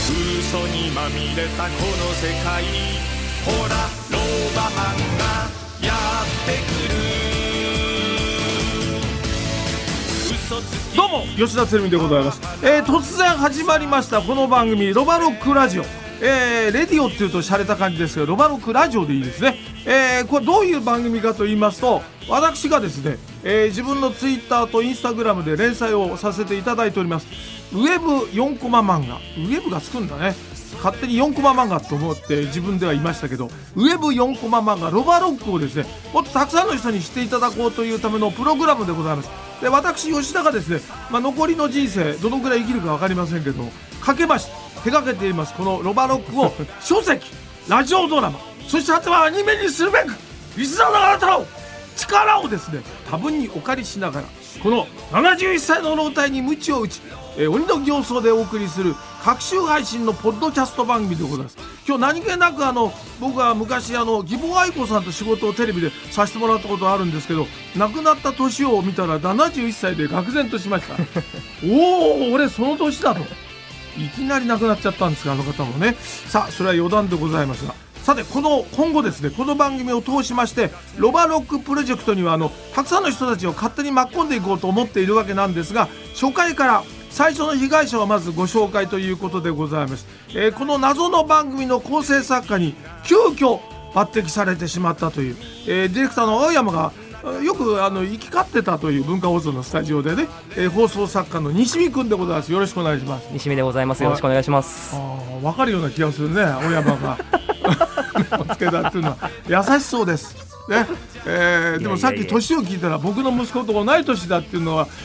嘘にまみれたこの世界、ほらローバマンがやってくる。嘘つき。 どうも吉田照美でございます。突然始まりましたこの番組ロバロックラジオ。レディオっていうと洒落た感じですけど、ロバロックラジオでいいですね。これどういう番組かと言いますと、私がですね、自分のツイッターとインスタグラムで連載をさせていただいておりますウェブ4コマ漫画、ウェブがつくんだね、勝手に4コマ漫画と思って自分では言いましたけど、ウェブ4コマ漫画ロバロックをですね、もっとたくさんの人に知っていただこうというためのプログラムでございます。で、私吉田がですね、残りの人生どのくらい生きるか分かりませんけど、かけまして手掛けていますこのロバロックを書籍、ラジオドラマ、そしてあとはアニメにするべくリスナーのあなたの力をですね多分にお借りしながら、この71歳の老体に鞭を打ち、鬼の形相でお送りする各週配信のポッドキャスト番組でございます。今日何気なく僕は昔義母愛子さんと仕事をテレビでさせてもらったことあるんですけど、亡くなった年を見たら71歳で愕然としましたおお、俺その年だと、いきなり亡くなっちゃったんですが、あの方もね。さあ、それは余談でございますが、さて今後ですね、この番組を通しましてロバロックプロジェクトにはたくさんの人たちを勝手に巻き込んでいこうと思っているわけなんですが、初回から最初の被害者をまずご紹介ということでございます。この謎の番組の構成作家に急遽抜擢されてしまったという、ディレクターの青山がよく行き交ってたという文化放送のスタジオでね、放送作家の西見くんでございます。よろしくお願いします。 西見でございます。よろしくお願いします。 分かるような気がするね、青山がつけたっていうのは優しそうですね。でもさっき年を聞いたら僕の息子と同い年だっていうのは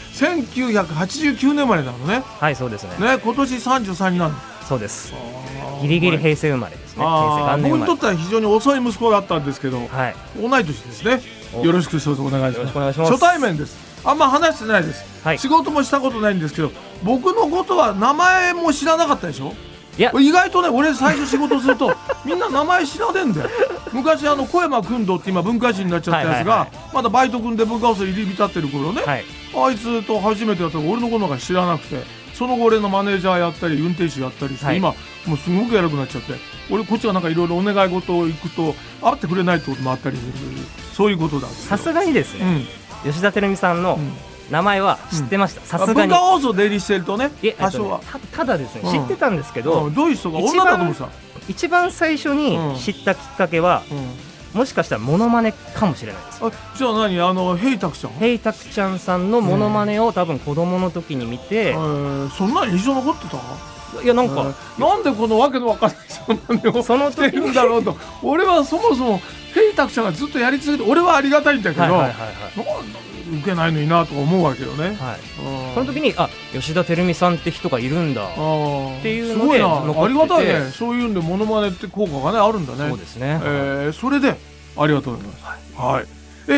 1989年生まれなのね。 はい、そうですね。 今年33になる。 そうです。ギリギリ平成生まれですね。平成元年生まれ。僕にとっては非常に遅い息子だったんですけど、 はい、 同い年ですね。よろしくお願いします。初対面です。あんま話してないです、はい、仕事もしたことないんですけど、僕のことは名前も知らなかったでしょ。いや、意外とね、俺最初仕事するとみんな名前知らねえんだよ。昔小山君堂って今文化人になっちゃったやつが、まだバイト君で文化放送入り浸ってる頃ね、はい、あいつと初めてやったら俺のことなんか知らなくて、その後俺のマネージャーやったり運転手やったりして、はい、今もうすごく偉くなっちゃって、俺こっちがなんかいろいろお願い事を行くと会ってくれないってこともあったりする、そういうことだ。 さすがにですね、吉田照美さんの名前は知ってました。さすがに文化放送出入りしてるとね、多少はただですね、知ってたんですけど、 どういう人が女だと思うさ、 一番最初に知ったきっかけは、もしかしたらモノマネかもしれないです。 じゃあ何、ヘイタクちゃん、 ヘイタクちゃんさんのモノマネを多分子供の時に見て、 そんなに印象残ってた。 いや、なんか、 なんでこのわけのわかんないモノマネをしてるんだろうと俺はそもそもヘイタクちゃんがずっとやり続けて、俺はありがたいんだけど、受けないのになとか思うわけよね、はい、 その時に吉田照美さんって人がいるんだっていうので、 ありがたいね。そういうんでモノマネって効果がねあるんだね。 そうですね、 それでありがとうございます、はい、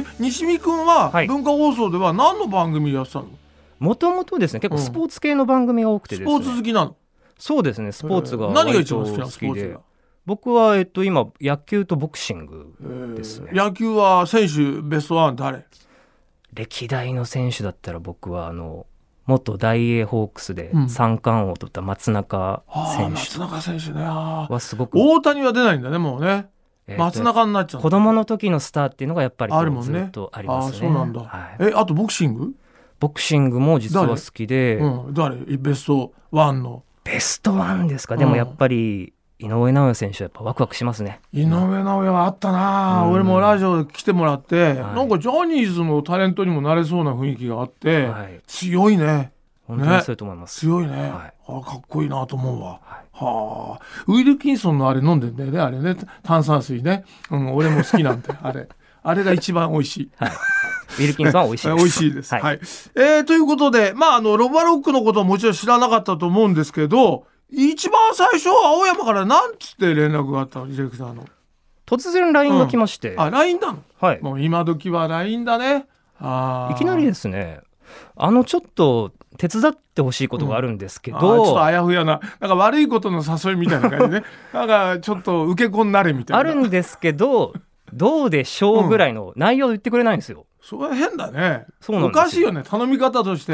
西見くんは文化放送では何の番組やってたの？ もともとですね、結構スポーツ系の番組が多くてですね、 スポーツ好きなの？ そうですね、スポーツが何が一番好きなの？ 好きで、僕は今野球とボクシングですね。 野球は選手ベストワン誰？ 歴代の選手だったら僕は元大英ホークスで三冠王を取った松中選手、 松中選手ね、 はすごく。 大谷は出ないんだね、もうね、松中になっちゃう。 子供の時のスターっていうのがやっぱりずっとありますね。 そうなんだ、はい、あとボクシングも実は好きで。誰？ベストワンの。 ベストワンですか。でもやっぱり井上尚弥選手はやっぱワクワクしますね。 井上尚弥はあったな、俺もラジオで来てもらって、なんかジャニーズのタレントにもなれそうな雰囲気があって、強いね。 本当にそうと思います。 強いね、かっこいいなと思うわ、ウィルキンソンのあれ飲んでんだよね、あれね、炭酸水ね、俺も好きなんであれが一番美味しい、 ウィルキンソンは美味しいです。 美味しいです、ということで、ロバロックのことはもちろん知らなかったと思うんですけど、一番最初青山から何つって連絡があったの？ディレクターの。 突然 LINE が来まして、 LINE だの、 はい、 もう今時は LINE だね。 いきなりですね、ちょっと手伝ってほしいことがあるんですけど、 ちょっとあやふやな、なんか悪いことの誘いみたいな感じねなんかちょっと受け子になれみたいなあるんですけど、どうでしょうぐらいの内容を言ってくれないんですよ。 それは変だね。 そうなんですよ。 おかしいよね、頼み方として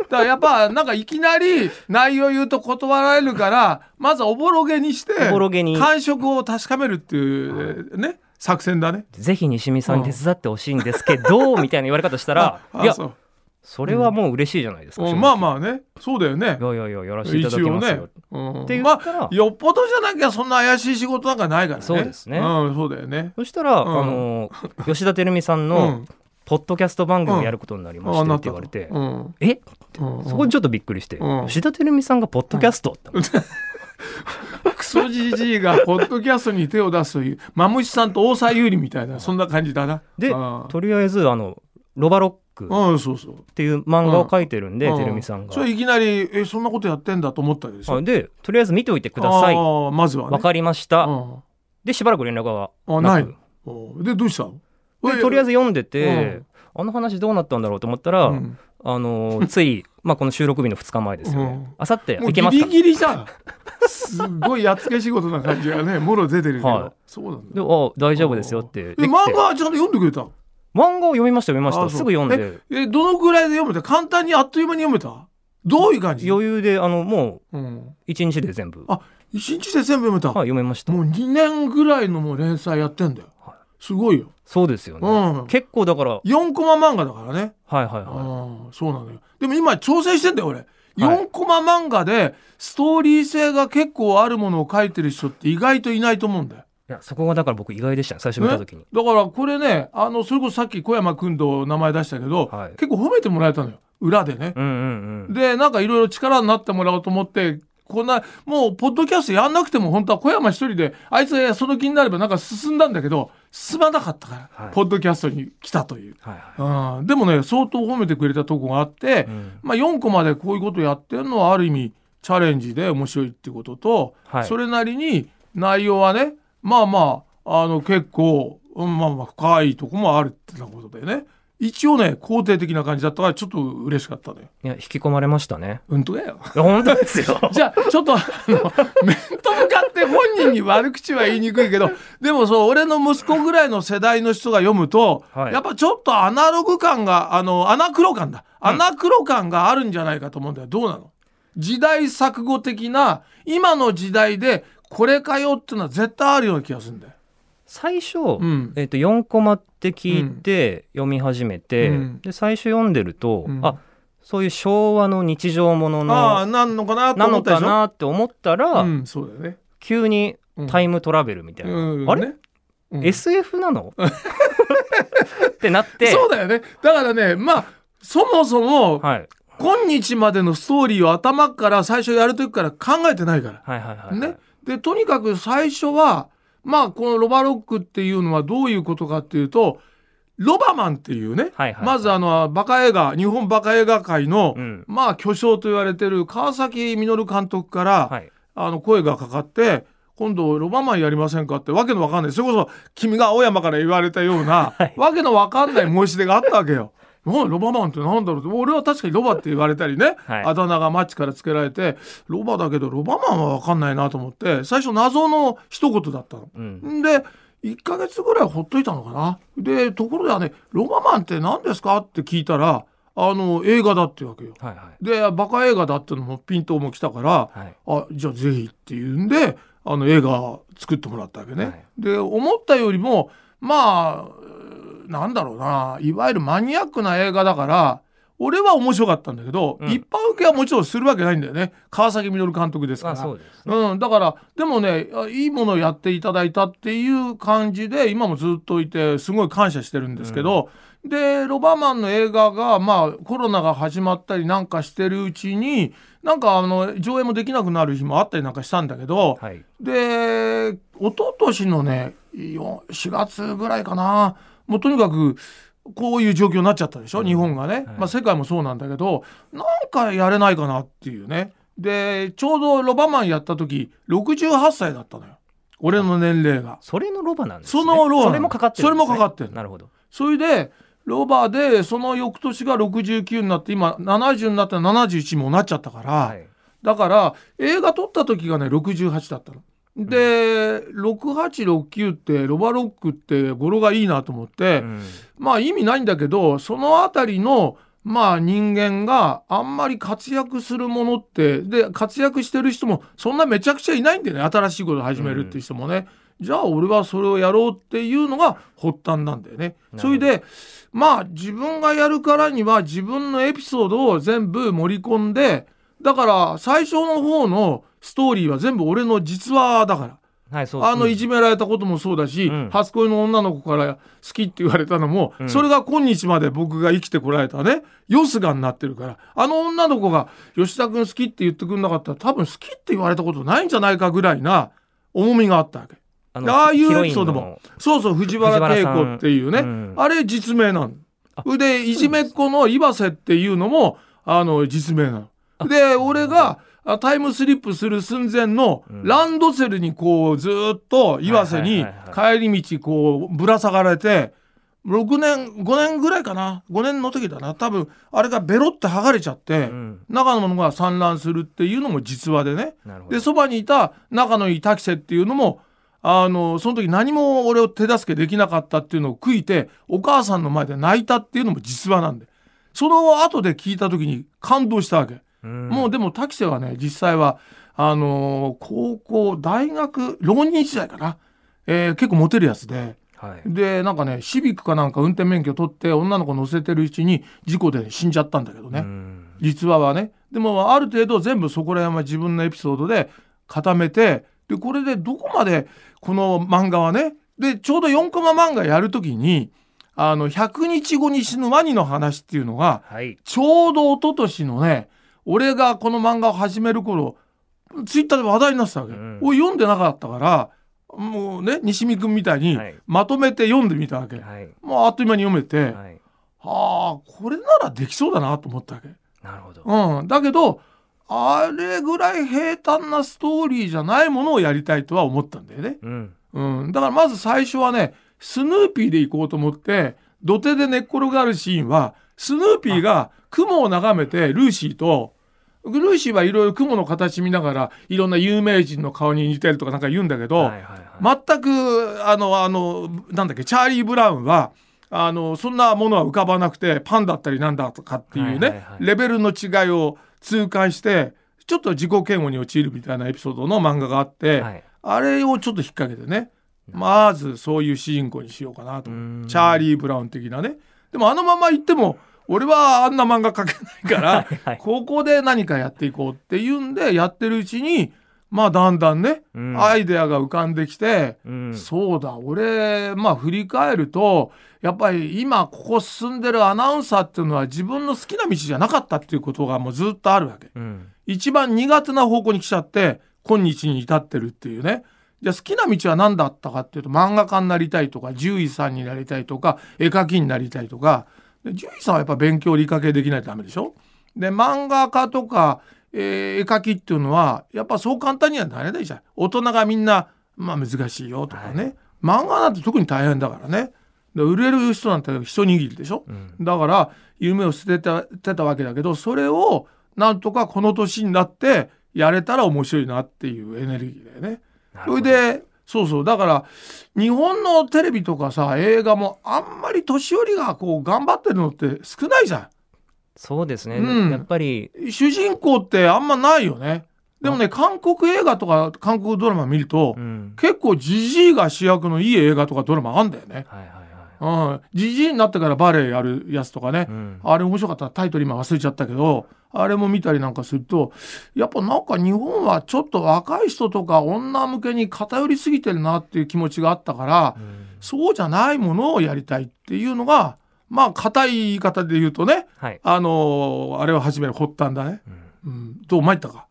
からやっぱなんかいきなり内容言うと断られるからまずおぼろげにして感触を確かめるっていうね、作戦だね。 ぜひ西見さんに手伝ってほしいんですけどみたいな言われ方したらいやそれはもう嬉しいじゃないですか、 まあまあね、そうだよね。 いややらせていただきますよ、って言ったら、 よっぽどじゃなきゃそんな怪しい仕事なんかないからね。 そうですね、 そうだよね。 そしたら、吉田照美さんのポッドキャスト番組をやることになりましてって言われて、そこにちょっとびっくりして、吉田照美さんがポッドキャストってクソじじいがポッドキャストに手を出すというマムシさんと大沢優里みたいなそんな感じだな。 でとりあえずロバロックっていう漫画を描いてるんで、照美さんがそれいきなりそんなことやってんだと思ったわけでしょ。 でとりあえず見ておいてください、 まずはね、 分かりました、でしばらく連絡がなくでどうしたの。 でとりあえず読んでて、あの話どうなったんだろうと思ったら、つい、この収録日の2日前ですよね、あさって行けますか。 ギリギリさすごいやっつけ仕事な感じがねもろ出てるけど、そうなんだ。 で大丈夫ですよって漫画はちゃんと読んでくれた。 漫画を読みましたすぐ読んで。 どのぐらいで読めた。簡単にあっという間に読めた。どういう感じ。 余裕でもう1日で全部。 1日で全部読めた。 読めました。 もう2年ぐらいのもう連載やってんだよ、すごいよ。 そうですよね、結構だから 4コマ漫画だからね。そうなのよ。でも今挑戦してんだよ俺。4コマ漫画でストーリー性が結構あるものを書いてる人って意外といないと思うんだよ。 いやそこがだから僕意外でしたね、最初見た時に。 だからこれねそれこそさっき小山君と名前出したけど、結構褒めてもらえたのよ裏でね、でなんかいろいろ力になってもらおうと思って、こんなもうポッドキャストやんなくても本当は小山一人であいつがその気になればなんか進んだんだけど進まなかったから、ポッドキャストに来たという、でもね相当褒めてくれたとこがあって、4コマでこういうことやってるのはある意味チャレンジで面白いってことと、それなりに内容はね結構、深いとこもあるってなことでね、一応ね肯定的な感じだったからちょっと嬉しかったね。 いや引き込まれましたね。 本当だよ。 本当ですよじゃあちょっと面と向かって本人に悪口は言いにくいけどでも俺の息子ぐらいの世代の人が読むと、やっぱちょっとアナログ感がアナクロ感があるんじゃないかと思うんだよ。どうなの。時代錯誤的な今の時代でこれかよっていうのは絶対あるような気がするんだよ。 最初、4コマって聞いて読み始めて、で最初読んでると、そういう昭和の日常もののなんのかなと思ったでしょ。 なのかなって思ったら、 そうだよね、 急にタイムトラベルみたいな、あれ、SF なのってなって。そうだよね。だからねそもそも、今日までのストーリーを頭から最初やる時から考えてないから、ね。でとにかく最初はこのロバロックっていうのはどういうことかっていうと、ロバマンっていうね、まずバカ映画日本バカ映画界の、巨匠と言われてる川崎実監督から、声がかかって、今度ロバマンやりませんかってわけのわかんない、それこそ君が青山から言われたような、わけのわかんない申し出があったわけよ。ロバマンってなんだろうって、俺は確かにロバって言われたりね、あだ名がマッチからつけられてロバだけどロバマンは分かんないなと思って最初謎の一言だったの、で1ヶ月ぐらいほっといたのかな。でところではね、ロバマンって何ですかって聞いたら映画だっていうわけよ、でバカ映画だってのもピントも来たから、じゃあぜひっていうんで映画作ってもらったわけね、で思ったよりもなんだろうな、いわゆるマニアックな映画だから俺は面白かったんだけど、一般受けはもちろんするわけないんだよね。川崎実監督ですから。そうですね。だからでもね、いいものをやっていただいたっていう感じで今もずっといてすごい感謝してるんですけど、でロバマンの映画がコロナが始まったりなんかしてるうちになんか上映もできなくなる日もあったりなんかしたんだけど、で一昨年のね4月ぐらいかな、もうとにかくこういう状況になっちゃったでしょ、日本がね、世界もそうなんだけど、なんかやれないかなっていうね。でちょうどロバマンやった時68歳だったのよ、俺の年齢が。 それのロバなんですね。 それもかかってるんですね。 それもかかってる。 なるほど。 それでロバでその翌年が69になって今70になったら71もなっちゃったから、だから映画撮った時がね68だったので、6869ってロバロックって語呂がいいなと思って、意味ないんだけどそのあたりのまあ人間があんまり活躍するものってで活躍してる人もそんなめちゃくちゃいないんでね、新しいことを始めるっていう人もね、じゃあ俺はそれをやろうっていうのが発端なんだよね。それでまあ自分がやるからには自分のエピソードを全部盛り込んで、だから最初の方のストーリーは全部俺の実話だから、 はい、そういじめられたこともそうだし、初恋の女の子から好きって言われたのも、それが今日まで僕が生きてこられたねよすがになってるから、女の子が吉田君好きって言ってくれなかったら多分好きって言われたことないんじゃないかぐらいな重みがあったわけ。ああいうエピソードもそう藤原恵子っていうね、あれ実名なので、いじめっ子の岩瀬っていうのも実名なので、俺がタイムスリップする寸前のランドセルにこうずっと岩瀬に帰り道こうぶら下がられて、5年ぐらいかな、5年の時だな多分、あれがベロって剥がれちゃって、中のものが散乱するっていうのも実話でね。でそばにいた仲のいい滝瀬っていうのもその時何も俺を手助けできなかったっていうのを悔いてお母さんの前で泣いたっていうのも実話なんで、その後で聞いた時に感動したわけ。もうでも滝瀬はね実際は高校大学浪人時代かな、結構モテるやつで、でなんかねシビックかなんか運転免許取って女の子乗せてるうちに事故で、死んじゃったんだけどね、実話はね。でもある程度全部そこら辺は自分のエピソードで固めて、でこれでどこまでこの漫画はね、でちょうど4コマ漫画やるときに100日後に死ぬワニの話っていうのが、ちょうど一昨年のね俺がこの漫画を始める頃ツイッターで話題になってたわけ、俺読んでなかったからもうね西見くんみたいにまとめて読んでみたわけ、もうあっという間に読めて、これならできそうだなと思ったわけ。 なるほど、 だけどあれぐらい平坦なストーリーじゃないものをやりたいとは思ったんだよね、だからまず最初はねスヌーピーで行こうと思って、土手で寝っ転がるシーンはスヌーピーが雲を眺めてルーシーはいろいろ雲の形見ながらいろんな有名人の顔に似てるとかなんか言うんだけど、全くなんだっけチャーリー・ブラウンはそんなものは浮かばなくてパンだったりなんだとかっていうね、レベルの違いを痛感してちょっと自己嫌悪に陥るみたいなエピソードの漫画があって、あれをちょっと引っ掛けてね、まずそういう主人公にしようかなと、チャーリー・ブラウン的なね。でもまま言っても俺はあんな漫画描けないからここで何かやっていこうっていうんでやってるうちにだんだんね、アイデアが浮かんできて、そうだ俺振り返るとやっぱり今ここ進んでるアナウンサーっていうのは自分の好きな道じゃなかったっていうことがもうずっとあるわけ、一番苦手な方向に来ちゃって今日に至ってるっていうね。じゃあ好きな道は何だったかっていうと漫画家になりたいとか獣医さんになりたいとか絵描きになりたいとか、獣医さんはやっぱ勉強理科系できないとダメでしょ。で漫画家とか絵描きっていうのはやっぱそう簡単にはなれないじゃん。大人がみんな難しいよとかね、漫画なんて特に大変だからね。で売れる人なんて一握りでしょ、だから夢を捨ててたわけだけど、それをなんとかこの年になってやれたら面白いなっていうエネルギーだよね。それでそうだから日本のテレビとかさ映画もあんまり年寄りがこう頑張ってるのって少ないじゃん。 そうですね、やっぱり主人公ってあんまないよね。でもね韓国映画とか韓国ドラマ見ると、結構ジジイが主役のいい映画とかドラマあんだよね。ジジイになってからバレエやるやつとかね、あれ面白かった。タイトル今忘れちゃったけどあれも見たりなんかするとやっぱなんか日本はちょっと若い人とか女向けに偏りすぎてるなっていう気持ちがあったから、そうじゃないものをやりたいっていうのが硬い言い方で言うとね、あれを始める発端だね、どう参ったか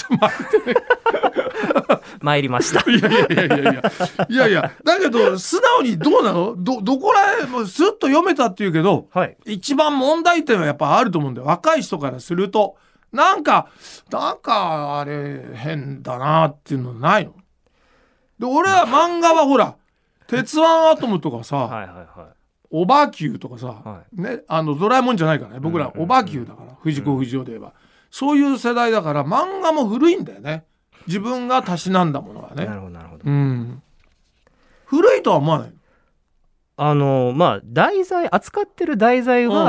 参りました。 いやだけど素直にどうなの？どこらへんもスッと読めたっていうけど、一番問題点はやっぱあると思うんだよ。若い人からするとなんかあれ変だなっていうのないの？で俺は漫画はほら鉄腕アトムとかさ、オバキューとかさ、ね、ドラえもんじゃないからね、僕らオバキューだから、藤子不二雄で言えば、そういう世代だから漫画も古いんだよね。自分がたしなんだものはね。 なるほどなるほど、 古いとは思わない。 題材扱ってる題材は、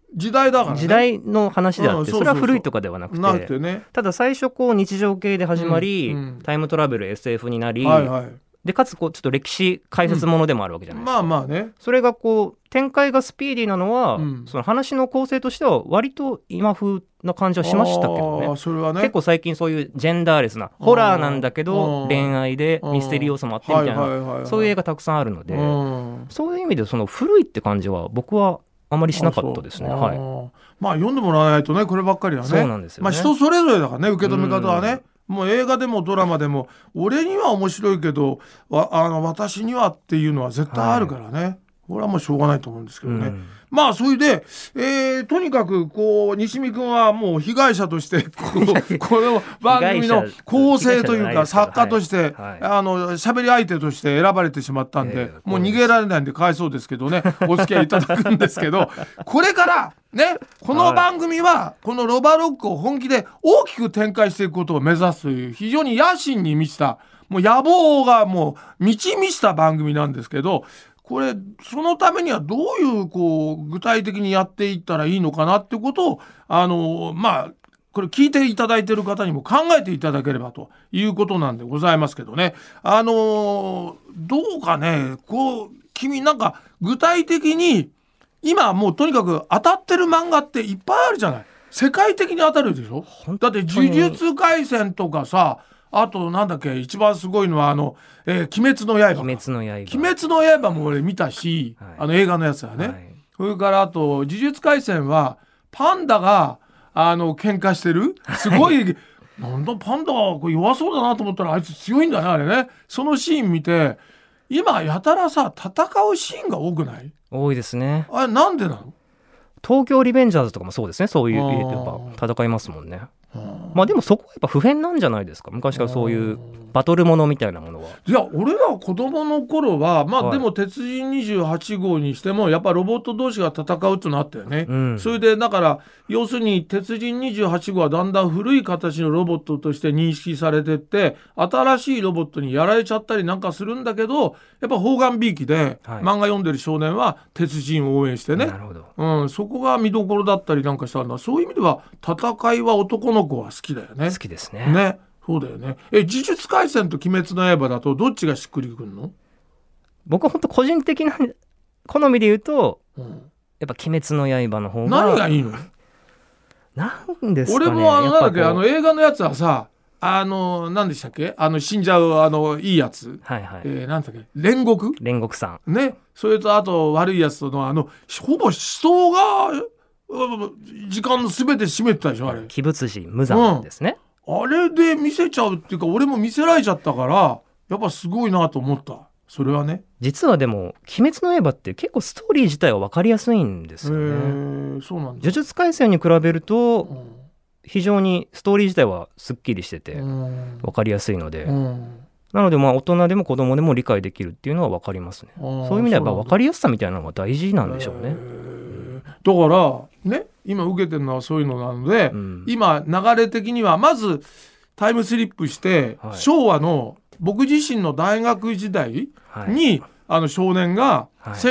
時代だからね。 時代の話であって、それは古いとかではなくて、 ね、 ただ最初こう日常系で始まり、タイムトラベル SF になり、でかつこうちょっと歴史解説ものでもあるわけじゃないですか。 まあね、 それがこう展開がスピーディーなのは、その話の構成としては割と今風な感じはしましたけどね。 それはね、 結構最近そういうジェンダーレスなホラーなんだけど恋愛でミステリー要素もあってみたいな、そういう映画たくさんあるので、そういう意味でその古いって感じは僕はあまりしなかったですね。 まあ読んでもらわないとね、こればっかりはね。 そうなんですよね。 人それぞれだからね、受け止め方はね。もう映画でもドラマでも俺には面白いけど私にはっていうのは絶対あるからね、これはもうしょうがないと思うんですけどね、まあそれで、とにかくこう西見君はもう被害者としてこの番組の構成というか作家として、喋り相手として選ばれてしまったんで、もう逃げられないんでかわいそうですけどね、お付き合いいただくんですけどこれからね、この番組はこのロバロックを本気で大きく展開していくことを目指すという非常に野心に満ちた、もう野望がもう満ち満ちた番組なんですけど、これそのためにはどういうこう具体的にやっていったらいいのかなってことをこれ聞いていただいている方にも考えていただければということなんでございますけどね、どうかね、こう君なんか具体的に今もうとにかく当たってる漫画っていっぱいあるじゃない。世界的に当たるでしょ。だって呪術廻戦とかさ、あとなんだっけ、一番すごいのは鬼滅の刃。鬼滅の刃も俺見たし、映画のやつはね、それからあと呪術廻戦はパンダが喧嘩してる、すごいなんだパンダは弱そうだなと思ったらあいつ強いんだね、あれね。そのシーン見て今やたらさ戦うシーンが多くない？ 多いですね。 あれなんでなの？ 東京リベンジャーズとかもそうですね。そういうやっぱ戦いますもんね。まあでもそこはやっぱ普遍なんじゃないですか。昔からそういうバトルものみたいなものは。 いや俺ら子供の頃はでも鉄人28号にしてもやっぱロボット同士が戦うってのあったよね、それでだから要するに鉄人28号はだんだん古い形のロボットとして認識されてって新しいロボットにやられちゃったりなんかするんだけど、やっぱ砲丸びいきで漫画読んでる少年は鉄人を応援してね、 なるほど、 そこが見どころだったりなんかしたんだ。そういう意味では戦いは男の子は好きだよね。 好きですね。 そうだよね。呪術廻戦と鬼滅の刃だとどっちがしっくりくるの？ 僕は本当個人的な好みで言うと、やっぱ鬼滅の刃の方が。 何がいいの？ なんですかね。 俺もなんだっけ、映画のやつはさ、何でしたっけ、死んじゃういいやつ、なんだっけ、煉獄さんね。それとあと悪いやつとのほぼ人が時間の全て占めてたでしょ、あれ。 鬼仏寺無惨ですね、 あれで見せちゃうっていうか俺も見せられちゃったからやっぱすごいなと思った。それはね、 実はでも鬼滅の刃って結構ストーリー自体は分かりやすいんですよね。 そうなんだ。 呪術廻戦に比べると、非常にストーリー自体はすっきりしてて分かりやすいので、なので大人でも子供でも理解できるっていうのは分かりますね。そういう意味では分かりやすさみたいなのが大事なんでしょうね。 だからね、今受けてるのはそういうのなので、今流れ的にはまずタイムスリップして、昭和の僕自身の大学時代に、少年が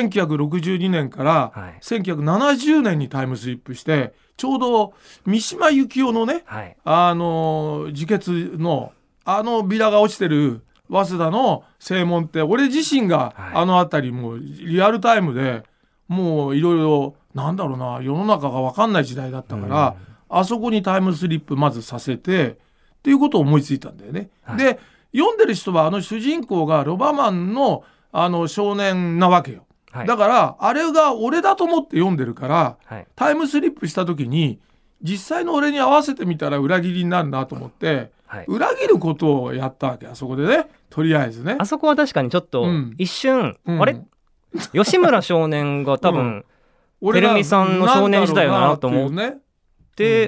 1962年から1970年にタイムスリップして、ちょうど三島由紀夫のね、自決のビラが落ちてる早稲田の正門って俺自身が辺りもリアルタイムでもういろいろなんだろうな、世の中が分かんない時代だったから、あそこにタイムスリップまずさせてっていうことを思いついたんだよね、で読んでる人は主人公がロバマンの少年なわけよ、だからあれが俺だと思って読んでるから、タイムスリップした時に実際の俺に合わせてみたら裏切りになるなと思って、裏切ることをやったわけ、あそこでね。とりあえずね、 あそこは確かにちょっと一瞬、あれ吉村少年が多分、てるみさんの少年時代だなと思って、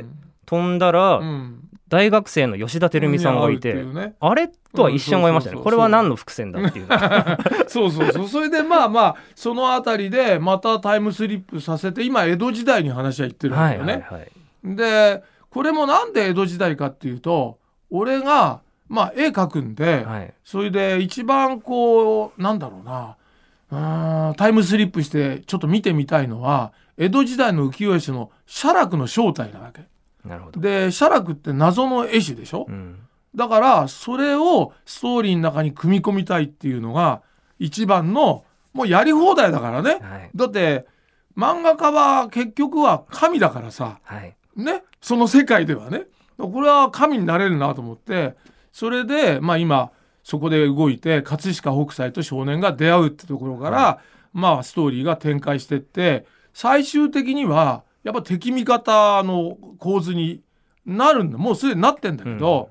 飛んだら、大学生の吉田照美さんがいて、あれとは一瞬思いましたね。これは何の伏線だっていうそうそれでそのあたりでまたタイムスリップさせて、今江戸時代に話は言ってるんだよね、でこれもなんで江戸時代かっていうと、俺が絵描くんで、それで一番こうなんだろうな、タイムスリップしてちょっと見てみたいのは江戸時代の浮世絵師の写楽の正体なわけ。 なるほど。 で写楽って謎の絵師でしょ、だからそれをストーリーの中に組み込みたいっていうのが一番のもうやり放題だからね、だって漫画家は結局は神だからさ、ね、その世界ではね、これは神になれるなと思って、それで今そこで動いて葛飾北斎と少年が出会うってところから、ストーリーが展開してって、最終的にはやっぱ敵味方の構図になるんだ。もうすでになってんだけど、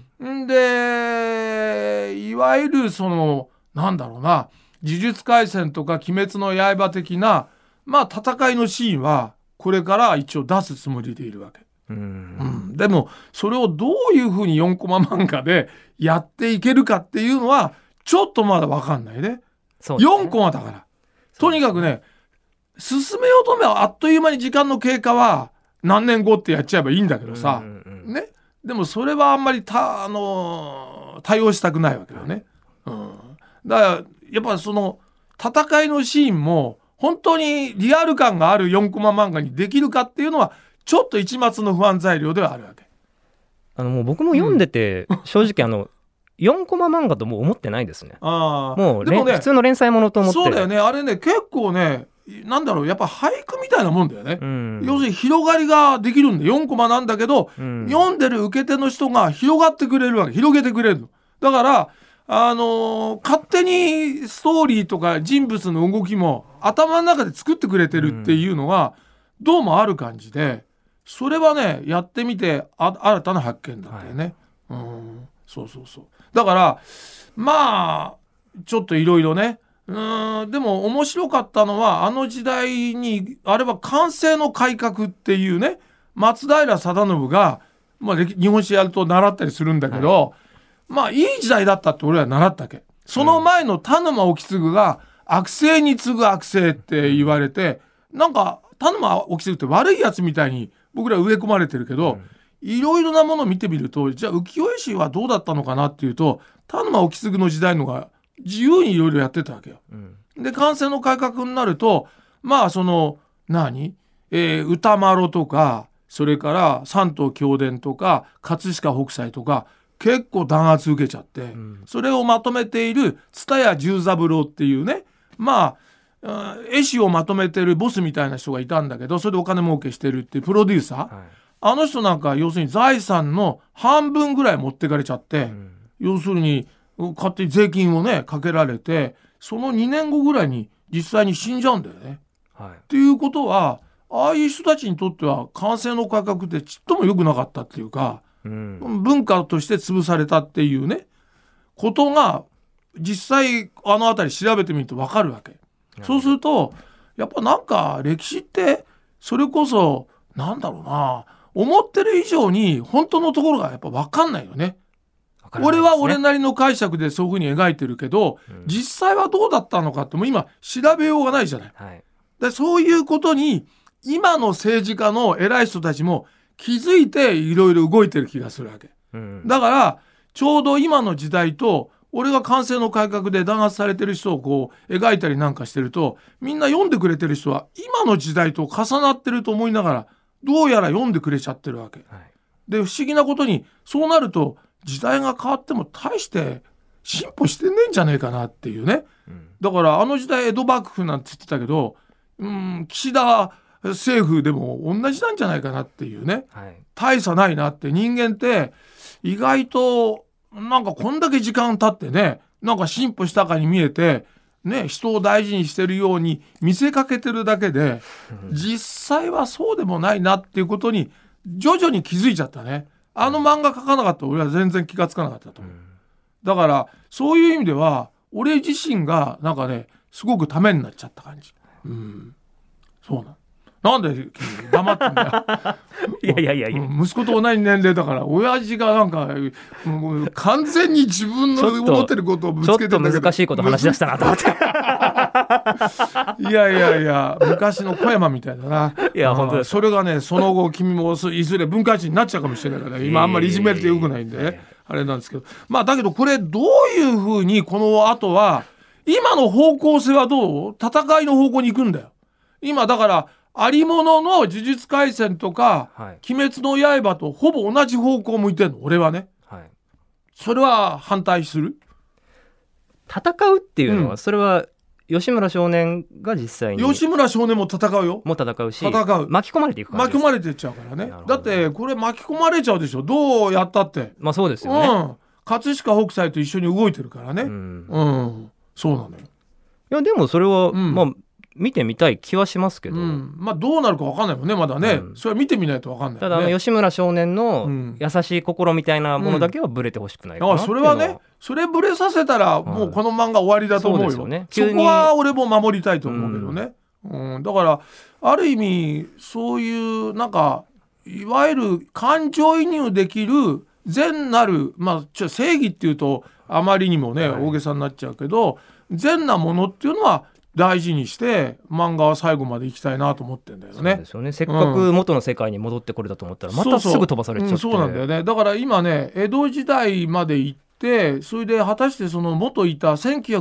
でいわゆるそのなんだろうな、呪術廻戦とか鬼滅の刃的な戦いのシーンはこれから一応出すつもりでいるわけ。でもそれをどういうふうに4コマ漫画でやっていけるかっていうのはちょっとまだ分かんないね。4コマだから、とにかくね進めようと思えばあっという間に時間の経過は何年後ってやっちゃえばいいんだけどさ、ね、でもそれはあんまり対応したくないわけよね。だからやっぱその戦いのシーンも本当にリアル感がある4コマ漫画にできるかっていうのはちょっと一抹の不安材料ではあるわけ。 もう僕も読んでて、正直4コマ漫画ともう思ってないですね。もうでも、ね、普通の連載ものと思って。 そうだよね、あれね結構ねなんだろう、やっぱ俳句みたいなもんだよね、要するに広がりができるんで4コマなんだけど、読んでる受け手の人が広がってくれるわけ、広げてくれるのだから勝手にストーリーとか人物の動きも頭の中で作ってくれてるっていうのがどうもある感じで、それはねやってみて新たな発見だったよね、そうだからちょっといろいろね、でも面白かったのはあの時代にあれは寛政の改革っていうね、松平定信が、日本史やると習ったりするんだけど、いい時代だったって俺は習ったわけ。その前の田沼意次が悪政に次ぐ悪政って言われて、なんか田沼意次って悪いやつみたいに僕ら植え込まれてるけど、いろいろなものを見てみると、じゃあ浮世絵師はどうだったのかなっていうと、田沼意次の時代のが自由にいろいろやってたわけよ。で寛政の改革になるとその歌麿とか、それから山東京伝とか葛飾北斎とか結構弾圧受けちゃって、それをまとめている蔦屋十三郎っていうね、絵師をまとめてるボスみたいな人がいたんだけど、それでお金儲けしてるっていうプロデューサー、あの人なんか要するに財産の半分ぐらい持ってかれちゃって、要するに勝手に税金をねかけられて、その2年後ぐらいに実際に死んじゃうんだよね。っていうことはああいう人たちにとっては寛政の改革ってちっとも良くなかったっていうか、文化として潰されたっていうねことが実際あの辺り調べてみると分かるわけ。そうするとやっぱなんか歴史ってそれこそなんだろうな、思ってる以上に本当のところがやっぱ分かんないよね。俺は俺なりの解釈でそういうふうに描いてるけど、実際はどうだったのかってもう今調べようがないじゃない、でそういうことに今の政治家の偉い人たちも気づいていろいろ動いてる気がするわけ、だからちょうど今の時代と俺が寛政の改革で弾圧されてる人をこう描いたりなんかしてると、みんな読んでくれてる人は今の時代と重なってると思いながらどうやら読んでくれちゃってるわけ、で不思議なことにそうなると時代が変わっても大して進歩してねえんじゃねえかなっていうね、だからあの時代江戸幕府なんて言ってたけど、岸田政府でも同じなんじゃないかなっていうね、大差ないなって。人間って意外となんかこんだけ時間経ってね、なんか進歩したかに見えてね、人を大事にしてるように見せかけてるだけで実際はそうでもないなっていうことに徐々に気づいちゃったね。あの漫画描かなかったら俺は全然気がつかなかったと思う。だからそういう意味では俺自身がなんかねすごくためになっちゃった感じ。そうなんで黙ってんだよいや息子と同じ年齢だから親父がなんかもう完全に自分の思ってることをぶつけてんだけど、 ちょっと難しいこと話し出したなと思っていや昔の小山みたいだな。 いや本当です。 それがねその後君もいずれ文化人になっちゃうかもしれないから、今あんまりいじめるとよくないんで、あれなんですけど、だけどこれどういうふうにこの後は今の方向性はどう戦いの方向に行くんだよ。今だからありものの呪術廻戦とか、 はい、 鬼滅の刃とほぼ同じ方向を向いてんの俺はね、 はい、 それは反対する。 戦うっていうのは、それは吉村少年が実際に吉村少年も戦うよ。 もう戦うし、 戦う、 巻き込まれていく感じです。 巻き込まれていっちゃうからね。だってこれ巻き込まれちゃうでしょ、どうやったって。 まあそうですよね、 葛飾北斎と一緒に動いてるからね、そうなのよ。 いやでもそれは、まあ見てみたい気はしますけど、 まあどうなるか分かんないもんねまだね、それは見てみないと分かんない、ね、 ただ吉村少年の優しい心みたいなものだけはブレてほしくないかなっていうのは、 それはね、それブレさせたらもうこの漫画終わりだと思うよ、そうですよね、そこは俺も守りたいと思うけどね、だからある意味そういうなんかいわゆる感情移入できる善なる、まあ正義っていうとあまりにもね、大げさになっちゃうけど、善なものっていうのは大事にして漫画は最後まで行きたいなと思ってんだよね。 そうですよね。せっかく元の世界に戻ってこれたと思ったら、またすぐ飛ばされちゃって、 そうなんだよね。だから今ね江戸時代まで行って、それで果たしてその元いた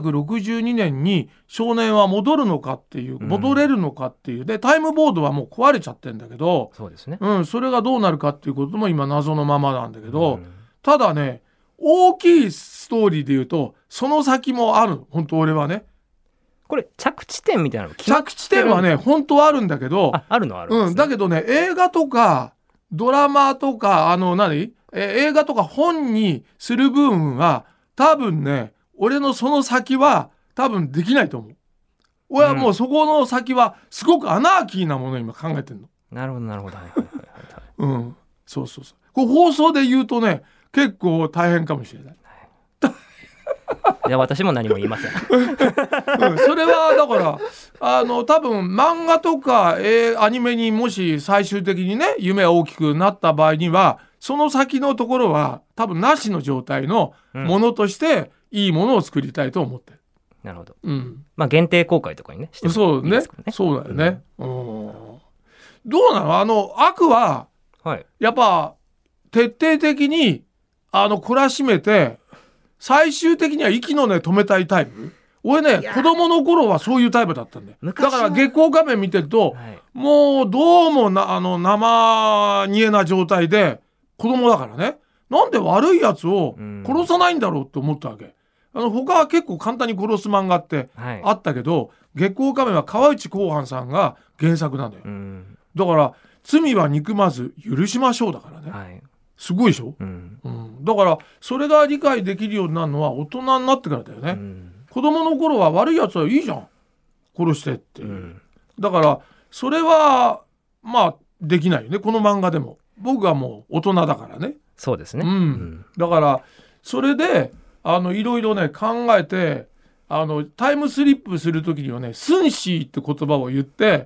1962年に少年は戻るのかっていう、戻れるのかっていうで、タイムボードはもう壊れちゃってんだけど、 そうですね、 それがどうなるかっていうことも今謎のままなんだけど、ただね大きいストーリーで言うとその先もある、本当俺はね。 これ着地点みたいなの着地点はね本当はあるんだけど、 あるのはあるんですね、 だけどね映画とかドラマとか映画とか本にする部分は多分ね俺のその先は多分できないと思う。俺はもうそこの先はすごくアナーキーなものを今考えてるの。 なるほどなるほど、 そうこれ放送で言うとね結構大変かもしれない。 いや私も何も言いません、 それはだから多分漫画とか、アニメにもし最終的にね夢が大きくなった場合にはその先のところは多分なしの状態のものとしていいものを作りたいと思ってる、 なるほど、まあ限定公開とかにねしてもいいですかね。 そうだよね、どうなの悪は、やっぱ徹底的に懲らしめて最終的には息の根止めたいタイプ。俺ね子供の頃はそういうタイプだったんだよ。だから月光仮面見てると、もうどうも生煮えな状態で子供だからね、なんで悪いやつを殺さないんだろうって思ったわけ。他は結構簡単に殺す漫画ってあったけど、月光仮面は川内広範さんが原作なんだよ、だから罪は憎まず許しましょうだからね、すごいでしょ、だからそれが理解できるようになるのは大人になってからだよね、子供の頃は悪いやつはいいじゃん殺してっていう、だからそれはまあできないよねこの漫画でも。僕はもう大人だからね。 そうですね、 だからそれでいろいろね考えてタイムスリップする時にはね寸志って言葉を言って、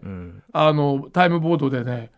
タイムボードでね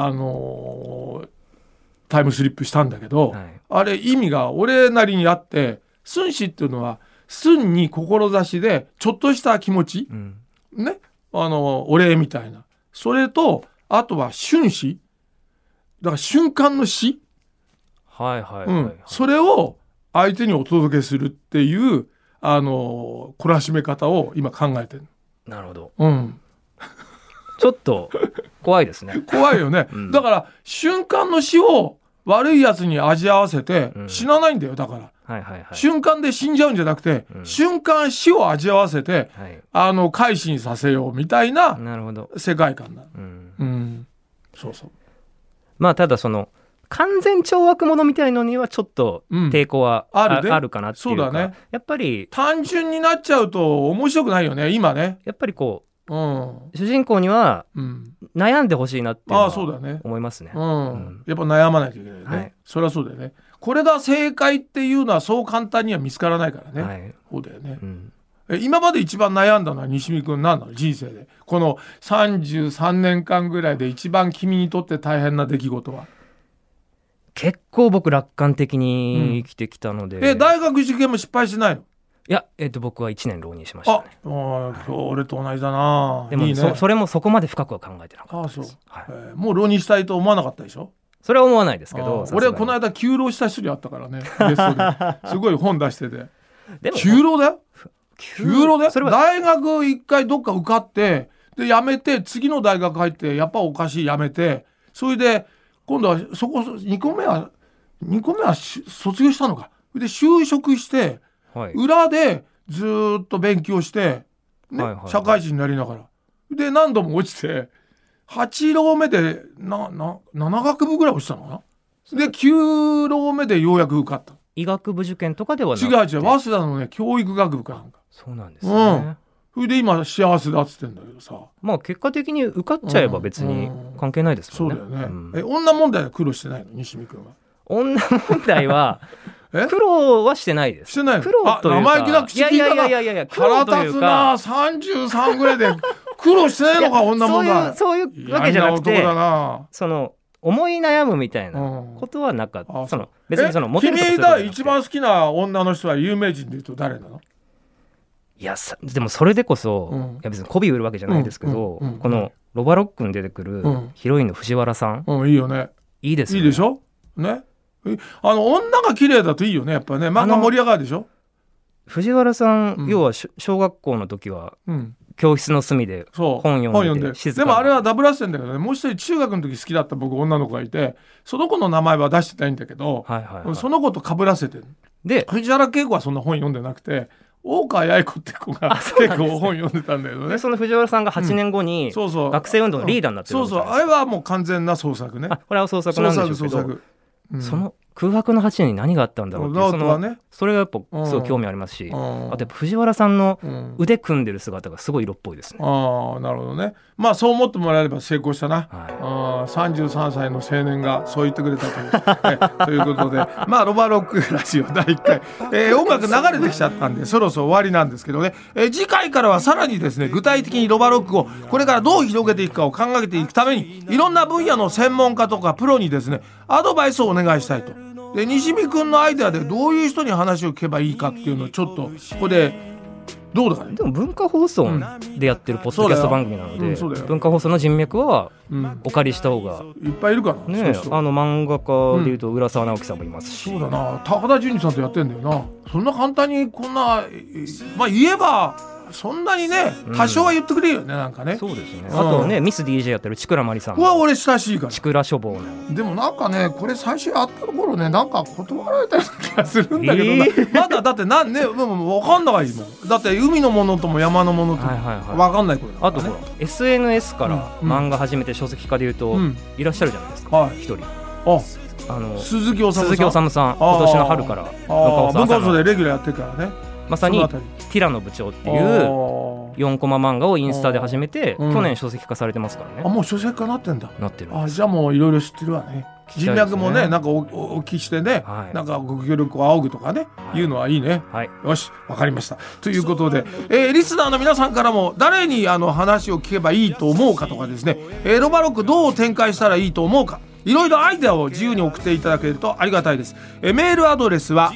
タイムスリップしたんだけど、あれ意味が俺なりにあって、寸志っていうのは寸に志でちょっとした気持ち、ねお礼みたいな、それとあとは瞬死だから瞬間の死、それを相手にお届けするっていう懲らしめ方を今考えてる。 なるほど、ちょっと怖いですね怖いよね、だから瞬間の死を悪いやつに味合わせて死なないんだよ。だから、瞬間で死んじゃうんじゃなくて、瞬間死を味合わせて、改心させようみたいな世界観だ。そうそう。 まあただその完全懲悪者みたいのにはちょっと抵抗はあるかなっていうか、そうだね、やっぱり単純になっちゃうと面白くないよね今ね。 やっぱりこう主人公には悩んでほしいなっていうのは思いますね。 やっぱ悩まなきゃいけないよね、そりゃそうだよね。これが正解っていうのはそう簡単には見つからないからね、そうだよね、今まで一番悩んだのは西見君何なの人生で。この33年間ぐらいで一番君にとって大変な出来事は。 結構僕楽観的に生きてきたので、 大学受験も失敗しないの？ いや、僕は1年浪人しましたね。 俺と同じだな。 でもいい、ね、それもそこまで深くは考えてなかったです。 もう浪人したいと思わなかったでしょ？ それは思わないですけど、 俺この間休浪した人に会ったからねゲストですごい本出しててでも休浪だよ。休浪だよ。大学一回どっか受かってで辞めて次の大学入ってやっぱおかしい辞めて、それで今度はそこ2個目は卒業したのか。で就職して、はい、裏でずっと勉強して、ね、はいはいはい、社会人になりながらで何度も落ちて8浪目で7学部ぐらい落ちたのかな。で9浪目でようやく受かった。 医学部受験とかではなくて、 違う早稲田のね教育学部かなんか。 そうなんですね、 それで今幸せだっつってんだけどさ、 まあ結果的に受かっちゃえば別に関係ないですもんね、 そうだよね、女問題は苦労してないの西見君は。 女問題は苦労はしてないです。 してない。 苦労というか、 生意気な口聞いたな。腹立つな。33ぐらいで苦労してないのか女問題。 そういうわけじゃなくて、その思い悩むみたいなことはなかった。その別にそのモテるとかそういうことじゃなくて。 君が一番好きな女の人は有名人で言うと誰なの？ いやでもそれでこそ、いや別に媚び売るわけじゃないですけど、このロバロックに出てくるヒロインの藤原さん、 いいよね。 いいですよね。 いいでしょ？ね。女が綺麗だといいよねやっぱりね。漫画盛り上がるでしょ。藤原さん、要は小学校の時は、教室の隅で本読んで静かに。 でもあれはダブルセンだけどね。もう一人中学の時好きだった僕女の子がいて、その子の名前は出してないんだけど、その子と被らせてる。で藤原恵子はそんな本読んでなくて、大川八重子って子が結構本読んでたんだけどね。 その藤原さんが8年後に学生運動のリーダーになってるんですよ。 あれはもう完全な創作ね。 これは創作なんでしょうけど、その空白の8年に何があったんだろうっていうそれがやっぱすごい興味ありますし、あとやっぱ藤原さんの腕組んでる姿がすごい色っぽいですね。 なるほどね。まあそう思ってもらえれば成功したな、33歳の青年がそう言ってくれたということでまあロバロックラジオ第1回、音楽流れてきちゃったんでそろそろ終わりなんですけどね、次回からはさらにですね具体的にロバロックをこれからどう広げていくかを考えていくためにいろんな分野の専門家とかプロにですねアドバイスをお願いしたいと。で西見くんのアイデアでどういう人に話を聞けばいいかっていうのをちょっとここでどうだかね。 でも文化放送でやってるポッドキャスト番組なので、文化放送の人脈はお借りした方がいっぱいいるからね。 漫画家でいうと浦沢直樹さんもいますし、 そうだな高田純次さんとやってんだよな。そんな簡単にこんなまあ言えばそんなにね多少は言ってくれるよね、なんかね。 そうですね。あとねミス DJ やってる千倉まりさんは俺親しいから。 千倉書房の。 でもなんかねこれ最初やった頃ねなんか断られたような気がするんだけどまだだって分かんないもん。だって海のものとも山のものとも分かんない頃だからね。 あとほら SNS から漫画始めて書籍化でいうといらっしゃるじゃないですか一人。 鈴木おさむさん今年の春から文化放送でレギュラーやってるからね。 まさにティラノ部長っていう4コマ漫画をインスタで始めて去年書籍化されてますからね。 もう書籍化なってんだ。 なってるんです。 じゃあもういろいろ知ってるわね。人脈もねなんかお聞きしてね、なんかご協力を仰ぐとかね、いうのはいいね。よしわかりました。ということで、リスナーの皆さんからも誰に話を聞けばいいと思うかとかですね、ロバロックどう展開したらいいと思うか、いろいろアイデアを自由に送っていただけるとありがたいです。メールアドレスは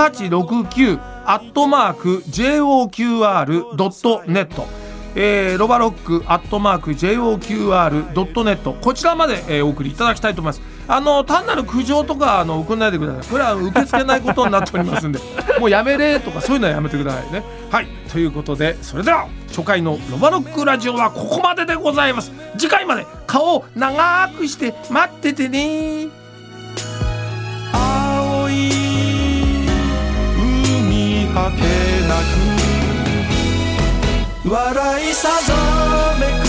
6869@joqr.net、ロバロック@joqr.net こちらまで、お送りいただきたいと思います。単なる苦情とか送んないでください。これは受け付けないことになっておりますんでもうやめれとかそういうのはやめてくださいね。はい、ということでそれでは初回のロバロックラジオはここまででございます。次回まで顔を長くして待っててね。 青い海果てなく笑いさざめく